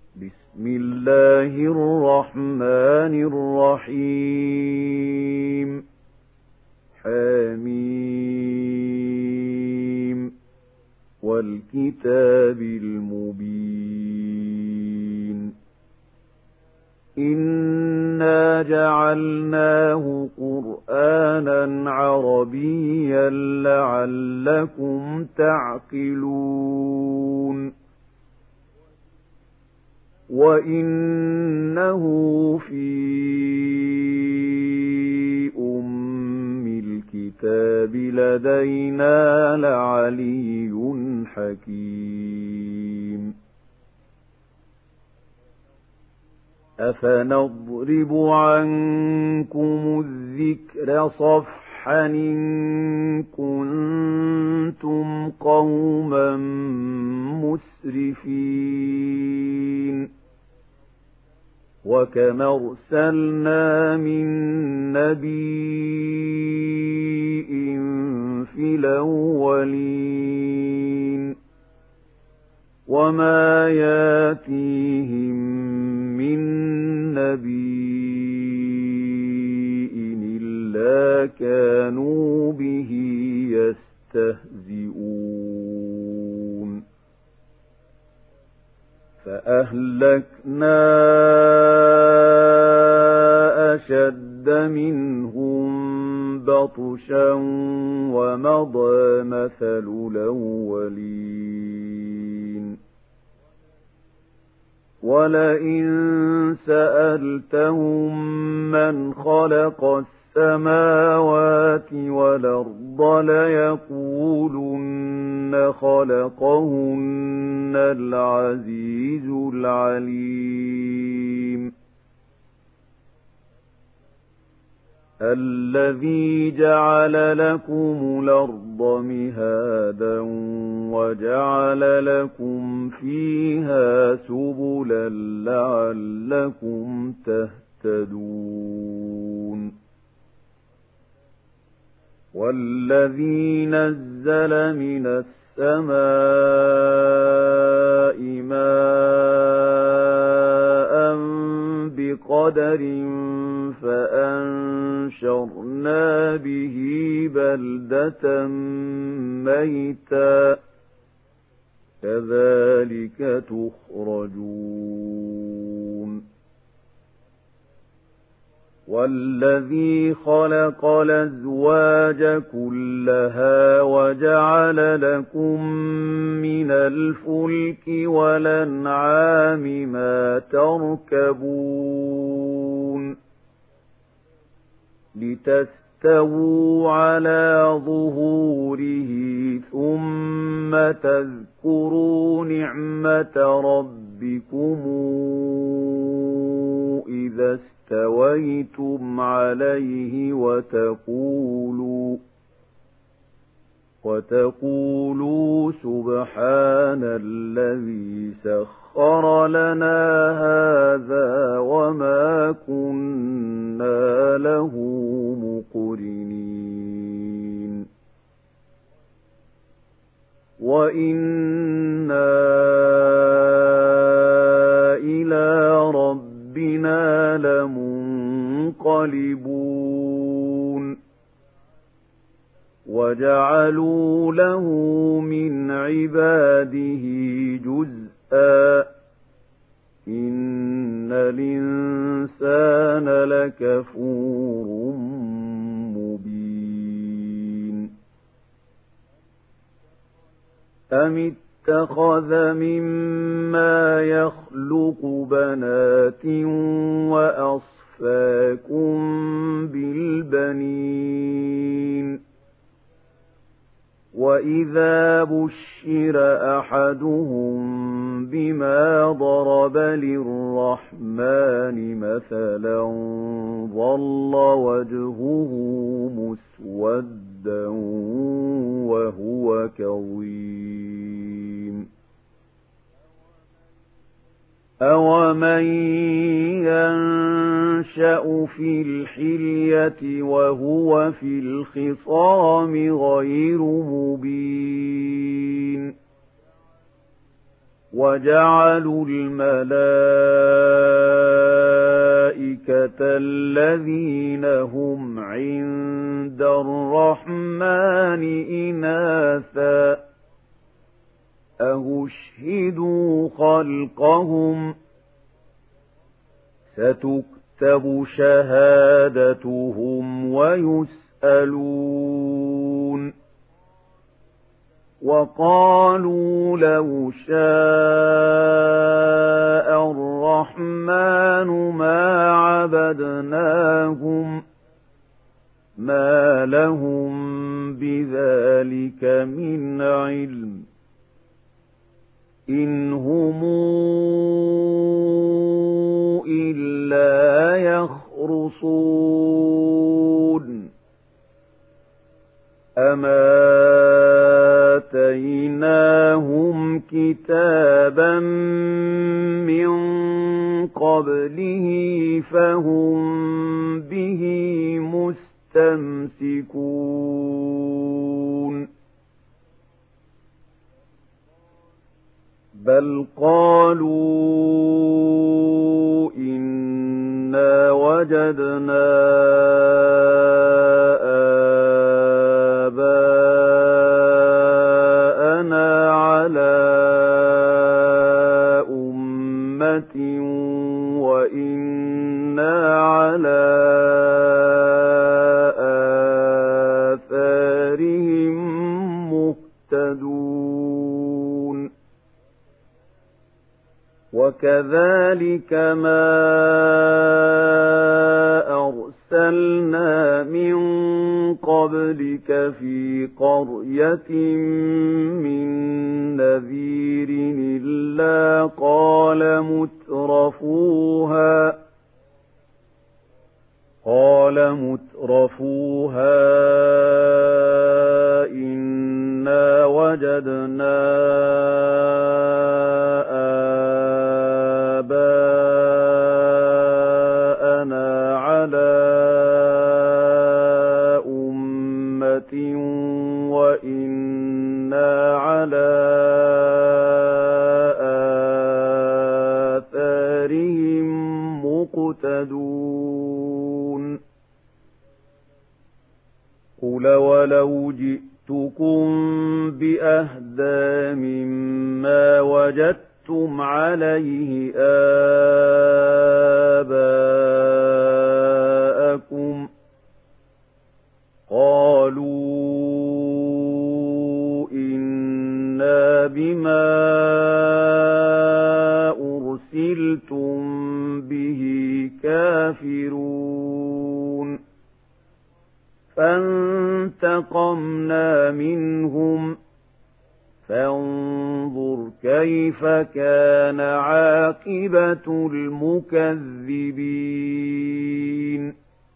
بسم الله الرحمن الرحيم حميم والكتاب المبين إنا جعلناه قرآنا عربيا لعلكم تعقلون وإنه في أم الكتاب لدينا لعلي حكيم أفنضرب عنكم الذكر صفحا إن كنتم قوما مسرفين وكم أرسلنا من نبي في الأولين وما ياتيهم من نبي إلا كانوا به يستهزئون فأهلكنا أشد منهم بطشا ومضى مثل الأولين ولئن سألتهم من خلق السماوات والأرض ليقولن خلقهن العزيز العليم الذي جعل لكم الأرض مهادا وجعل لكم فيها سبلا لعلكم تهتدون والذي نزل من السماء ماء بقدر فأنشرنا به بلدة ميتا كذلك تخرجون والذي خلق الأزواج كلها وجعل لكم من الفلك والأنعام ما تركبون لتستووا على ظهوره ثم تذكروا نعمة ربكم إذا استويتم عليه وتقولوا سبحان الذي سخر لنا هذا وما كنا له مقرنين وإنا إلى ربنا لمنقلبون وجعلوا له من عباده جزءا إن الإنسان لكفور مبين أم اتخذ مما يخلق بنات وأصفاكم بالبنين وإذا بشر أحدهم بما ضرب للرحمن مثلا ظل وجهه مسودا وهو كظيم أومن ينشأ في الحلية وهو في الخصام غير مبين وجعلوا الملائكة الذين هم عند الرحمن إناثا أشهدوا خلقهم ستكتب شهادتهم ويسألون وقالوا لو شاء الرحمن ما عبدناهم ما لهم بذلك من علم إن هم إلا يخرصون أما آتيناهم كتابا من قبله فهم به مستمسكون بل قالوا إنا وجدنا آباءنا على أمة وإنا على آثارهم مهتدون وكذلك ما أرسلنا من قبلك في قرية من نذير إلا قال مترفوها إنا وجدنا آباءنا على أمة وإنا على آثارهم مقتدون قل ولو جئتكم بأهدى مما وجدتم عليه آباءكم قالوا إنا بما أرسلتم به كافرون فانتقمنا منهم فانظر كيف كان عاقبة المكذبين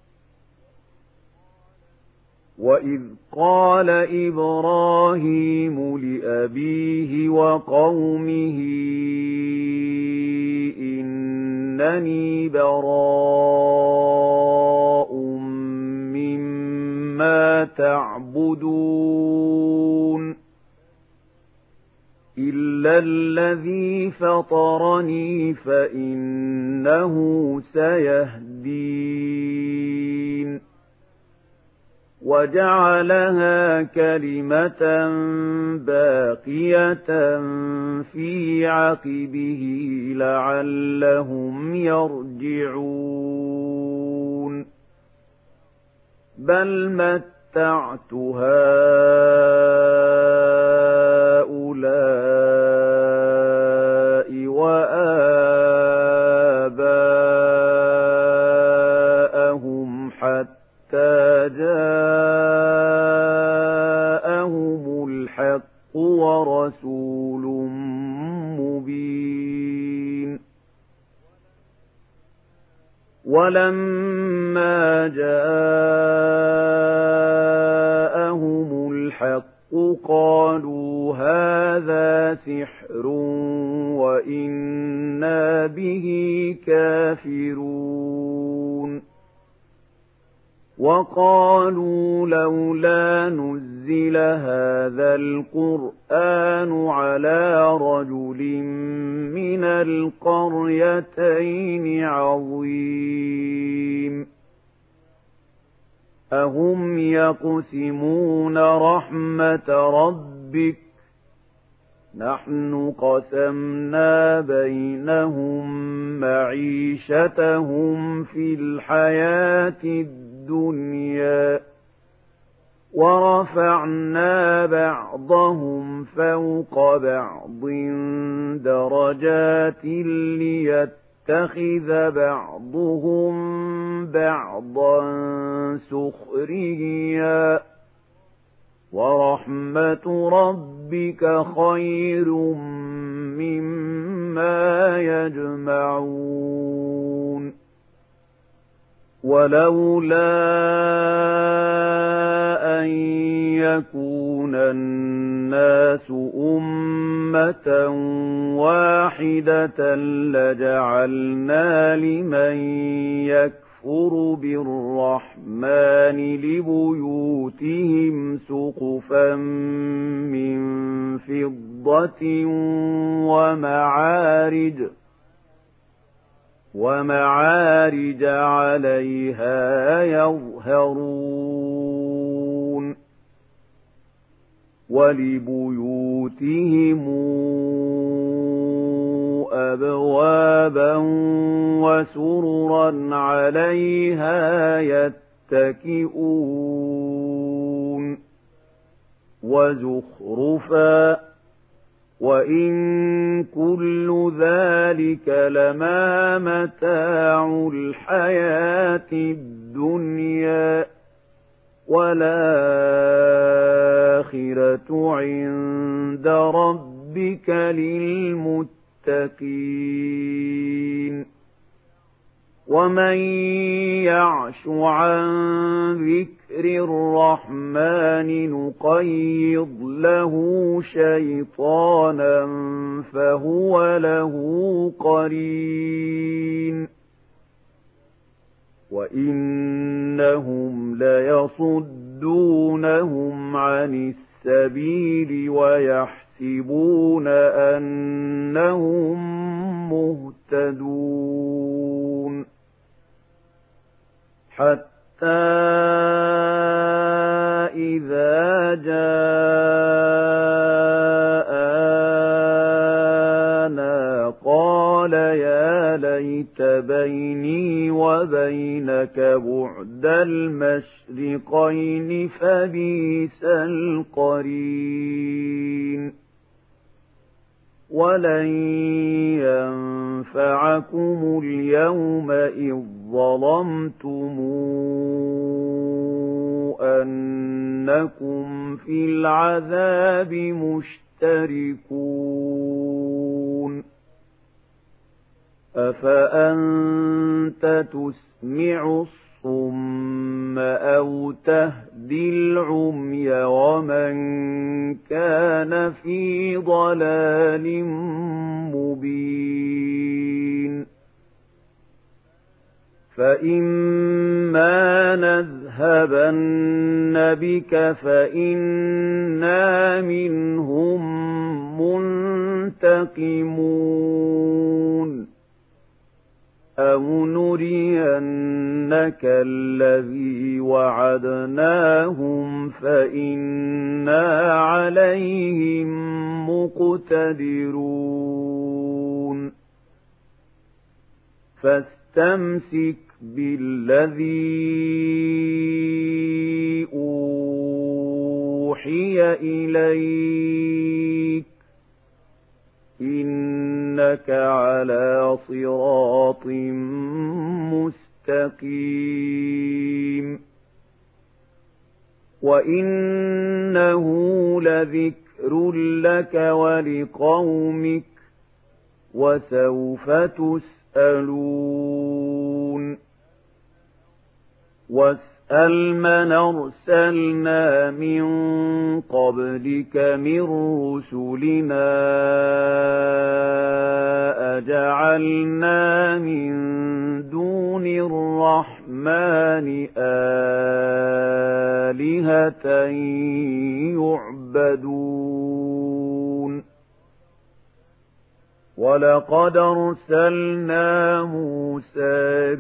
وإذ قال إبراهيم لأبيه وقومه إنني براء مما تعبدون إلا الذي فطرني فإنه سيهدين وجعلها كلمة باقية في عقبه لعلهم يرجعون بل متعت هؤلاء وآباءهم حتى جاءهم الحق ورسول مبين ولما جاءهم الحق قالوا هذا سحر وإنا به كافرون وقالوا لولا نزل هذا القرآن على رجل من القريتين عظيم أهم يقسمون رحمة ربك نحن قسمنا بينهم معيشتهم في الحياة الدنيا ورفعنا بعضهم فوق بعض درجات ليتخذ بعضهم بعضا سخريا ورحمة ربك خير مما يجمعون ولولا أن يكون الناس أمة واحدة لجعلنا لمن يكفر بالرحمن لبيوتهم سقفا من فضة ومعارج عليها يظهرون ولبيوتهم أبوابا وسررا عليها يتكئون وزخرفا وإن كل ذلك لما متاع الحياة الدنيا والآخرة عند ربك للمتقين ومن يعش عن ذكر الرحمن نقيض له شيطانا فهو له قرين وإنهم ليصدونهم عن السبيل ويحسبون أنهم مهتدون حتى إذا جاءنا قال يا ليت بيني وبينك بعد المشرقين فبئس القرين ولن ينفعكم اليوم إذ ظلمتم أنكم في العذاب مشتركون أفأنت تسمع الصم أو تهدي العمي ومن كان في ضلال مبين فإما نذهبن بك فإنا منهم منتقمون أو نرينك الذي وعدناهم فإنا عليهم مقتدرون فاستمسك بالذي أوحي إليك إنك على صراط مستقيم وإنه لذكر لك ولقومك وسوف تسألون واسأل من أرسلنا من قبلك من رسلنا أجعلنا من دون الرحمن آلهة يعبدون ولقد أرسلنا موسى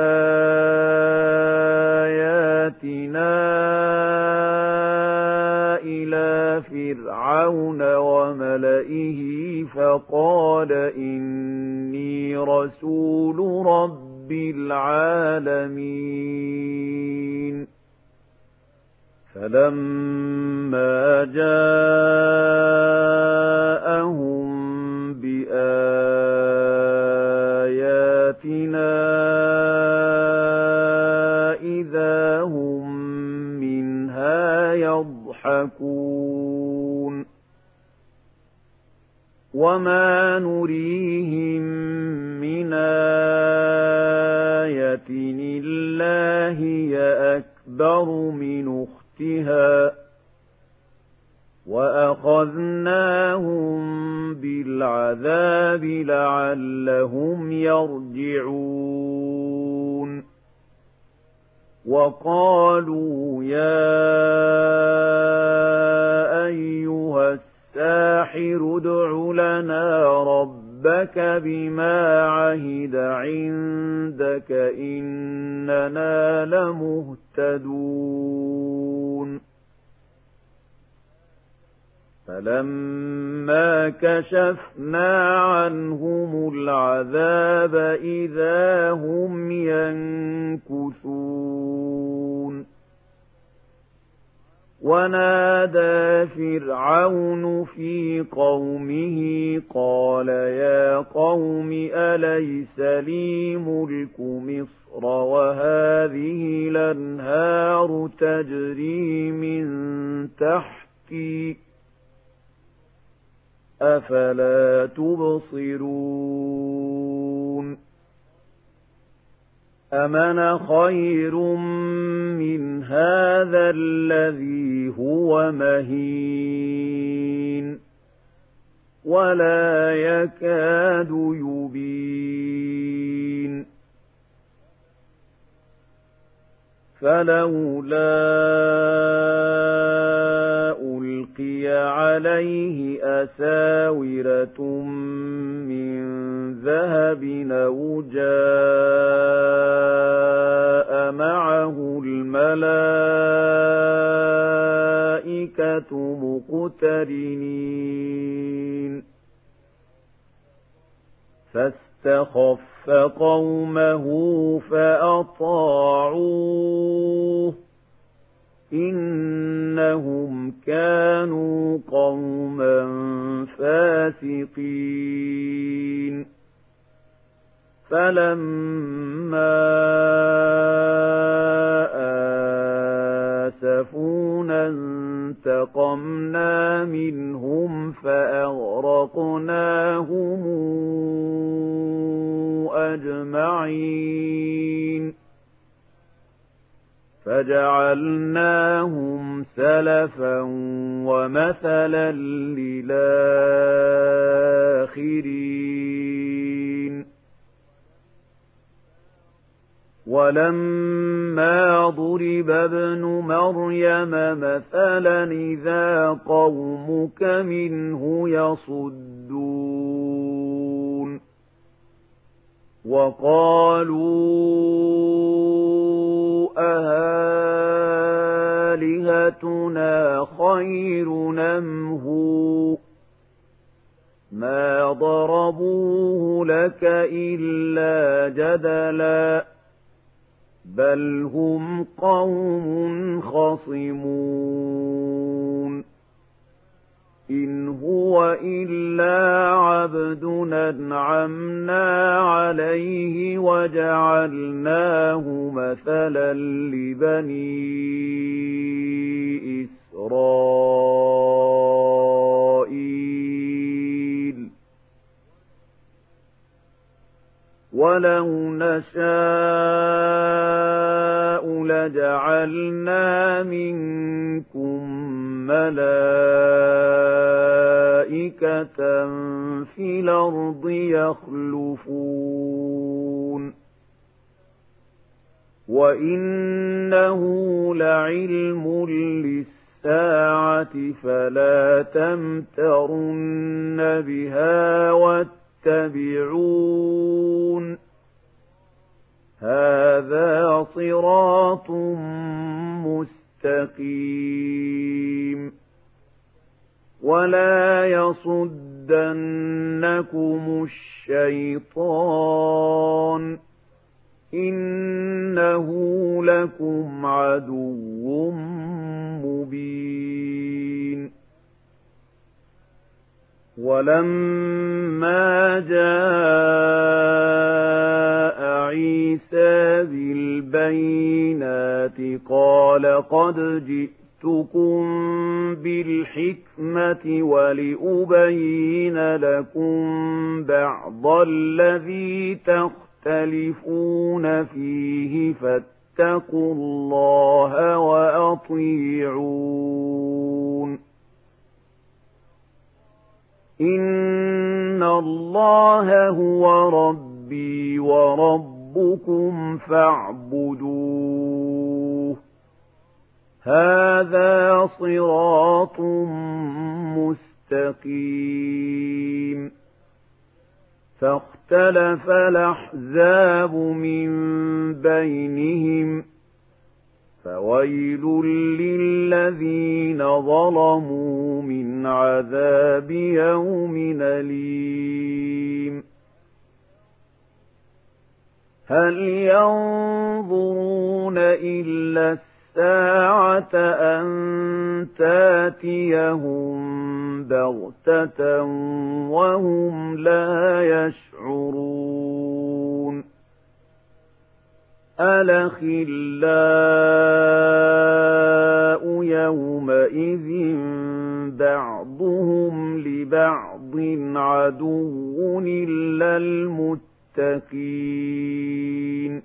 بآياتنا إلى فرعون وملئه فقال إني رسول رب العالمين فلما جاءهم بآياتنا إذا هم منها يضحكون وما نريهم من آية إلا هي أكبر من أختها وأخذناهم بالعذاب لعلهم يرجعون وقالوا يا أيها الساحر ادع لنا ربك بما عهد عندك إننا لمهتدون فلما كشفنا عنهم العذاب إذا هم ينكثون ونادى فرعون في قومه قال يا قوم أليس لي ملك مصر وهذه الأنهار تجري من تحتي أفلا تبصرون أمن خير من هذا الذي هو مهين ولا يكاد يبين فلولا ألقي عليه أساورة من ذهب أو جاء معه الملائكة مقترنين فاستخف قومه فأطاعوه إنهم كانوا قوما فاسقين فلما آسفونا انتقمنا منهم فأغرقناهم أجمعين فجعلناهم سلفا ومثلا للآخرين ولما ضرب ابن مريم مثلا إذا قومك منه يصدون وقالوا أآلهتنا خير أم هو ما ضربوه لك إلا جدلا بل هم قوم خصمون إن هو إلا عبد أنعمنا عليه وجعلناه مثلا لبني إسرائيل ولو نشاء لجعلنا منكم ملائكة في الأرض يخلفون وَإِنَّهُ لَعِلْمٌ لِّلسَّاعَةِ فَلَا تَمْتَرُنَّ بِهَا وَاتَّبِعُونِ هَذَا صِرَاطٌ مُّسْتَقِيمٌ وَلَا يَصُدَّنَّكُمُ الشَّيْطَانُ إِنَّهُ لَكُمْ عَدُوٌّ مُّبِينٌ وَلَمَّا جَاءَ عِيسَىٰ بِالْبَيِّنَاتِ قَالَ قَدْ جِئْتُكُم بِالْحِكْمَةِ وَلِأُبَيِّنَ لَكُم بَعْضَ الَّذِي تختلفون فيه فاتقوا الله وأطيعون إن الله هو ربي وربكم فاعبدوه هذا صراط مستقيم فاختلف الأحزاب من بينهم فويل للذين ظلموا من عذاب يوم أليم هل ينظرون إلا الساعة أن تاتيهم بغتة وهم لا يشعرون الأخلاء يومئذ بعضهم لبعض عدو إلا المتقين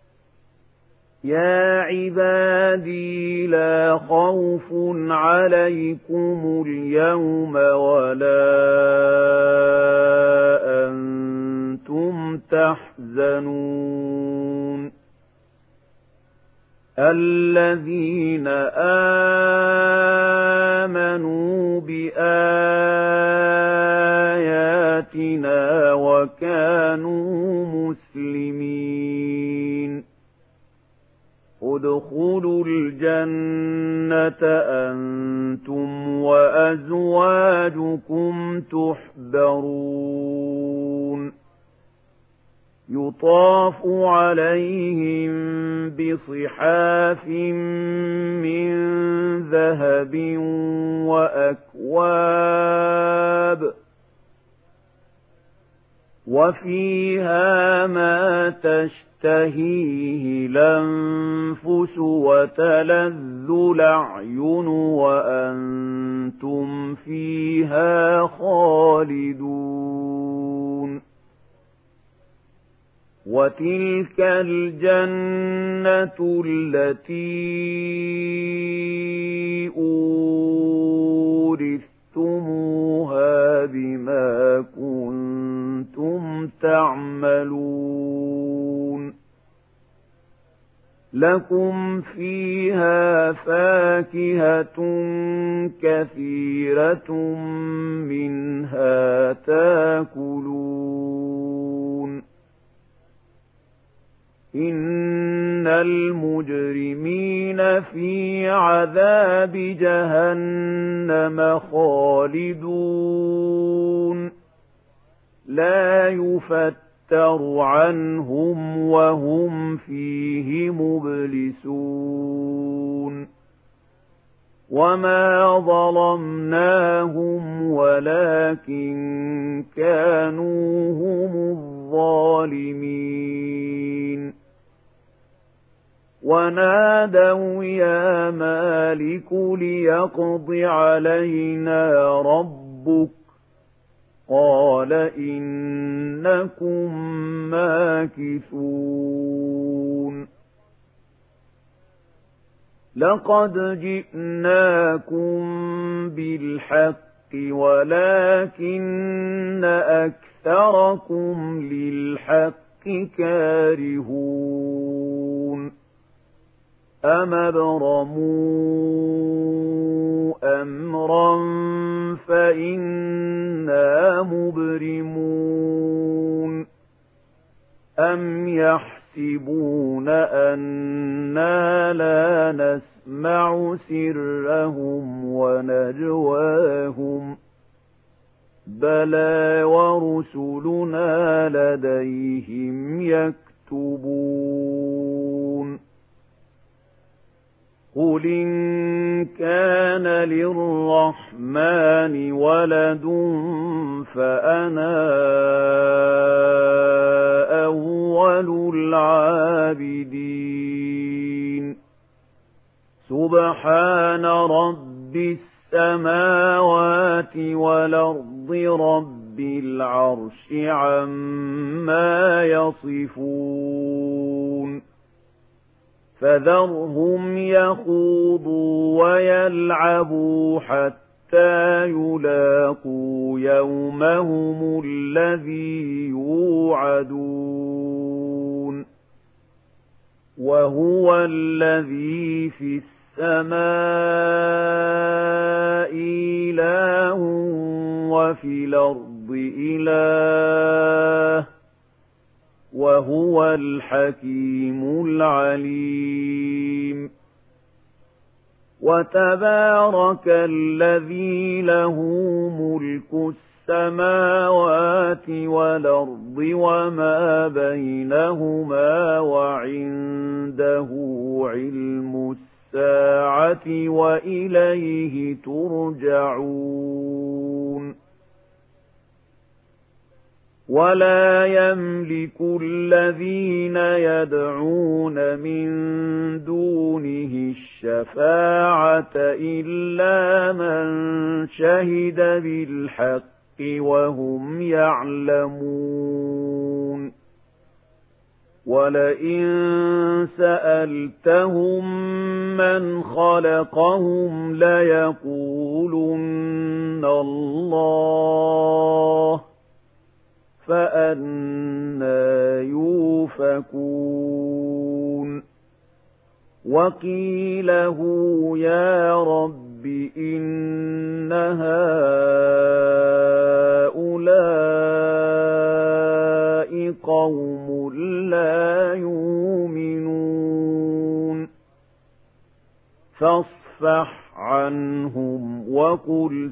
يا عبادي لا خوف عليكم اليوم ولا أنتم تحزنون الذين آمنوا بآياتنا وكانوا مسلمين ادخلوا الجنة أنتم وأزواجكم تحبرون يطاف عليهم بصحاف من ذهب وأكواب وفيها ما تشتهيه الأنفس وتلذ الأعين وأنتم فيها خالدون وتلك الجنة التي أورثتموها بما كنتم تعملون لكم فيها فاكهة كثيرة منها تاكلون إن المجرمين في عذاب جهنم خالدون لا يفتر عنهم وهم فيه مبلسون وما ظلمناهم ولكن كانوا هم الظالمين ونادوا يا مالك ليقض علينا ربك قال إنكم ماكثون لقد جئناكم بالحق ولكن أكثركم للحق كارهون أَمْ أَبْرَمُوا أَمْرًا فَإِنَّا مُبْرِمُونَ أَمْ يَحْسِبُونَ أَنَّا لَا نَسْمَعُ سِرَّهُمْ وَنَجْوَاهُمْ بَلَىٰ وَرُسُلُنَا لَدَيْهِمْ يَكْتُبُونَ قُلْ إِن كَانَ لِلرَّحْمَٰنِ وَلَدٌ فَأَنَا أَوَّلُ الْعَابِدِينَ سُبْحَانَ رَبِّ السَّمَاوَاتِ وَالْأَرْضِ رَبِّ الْعَرْشِ عَمَّا يَصِفُونَ فَذَرْهُمْ يَخُوضُوا وَيَلْعَبُوا حَتَّىٰ يُلَاقُوا يَوْمَهُمُ الَّذِي يُوعَدُونَ وَهُوَ الَّذِي فِي السَّمَاءِ إِلَٰهٌ وَفِي الْأَرْضِ إِلَٰهٌ وَهُوَ الْحَكِيمُ الْعَلِيمُ وَتَبَارَكَ الَّذِي لَهُ مُلْكُ السَّمَاوَاتِ وَالْأَرْضِ وَمَا بَيْنَهُمَا وَعِندَهُ عِلْمُ السَّاعَةِ وَإِلَيْهِ تُرْجَعُونَ وَلَا يَمْلِكُ الَّذِينَ يَدْعُونَ مِن دُونِهِ الشَّفَاعَةَ إِلَّا مَن شَهِدَ بِالْحَقِّ وَهُمْ يَعْلَمُونَ وَلَئِن سَأَلْتَهُم مَّنْ خَلَقَهُمْ لَيَقُولُنَّ اللَّهُ فَأَنَّىٰ يُؤْفَكُونَ وَقِيلَهُ يَا رَبِّ إِنَّ هَٰؤُلَاءِ قَوْمٌ لَّا يُؤْمِنُونَ فَاصْفَحْ عَنْهُمْ وَقُلْ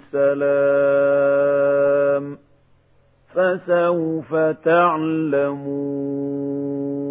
سَلَامٌ فَسَوْفَ تَعْلَمُونَ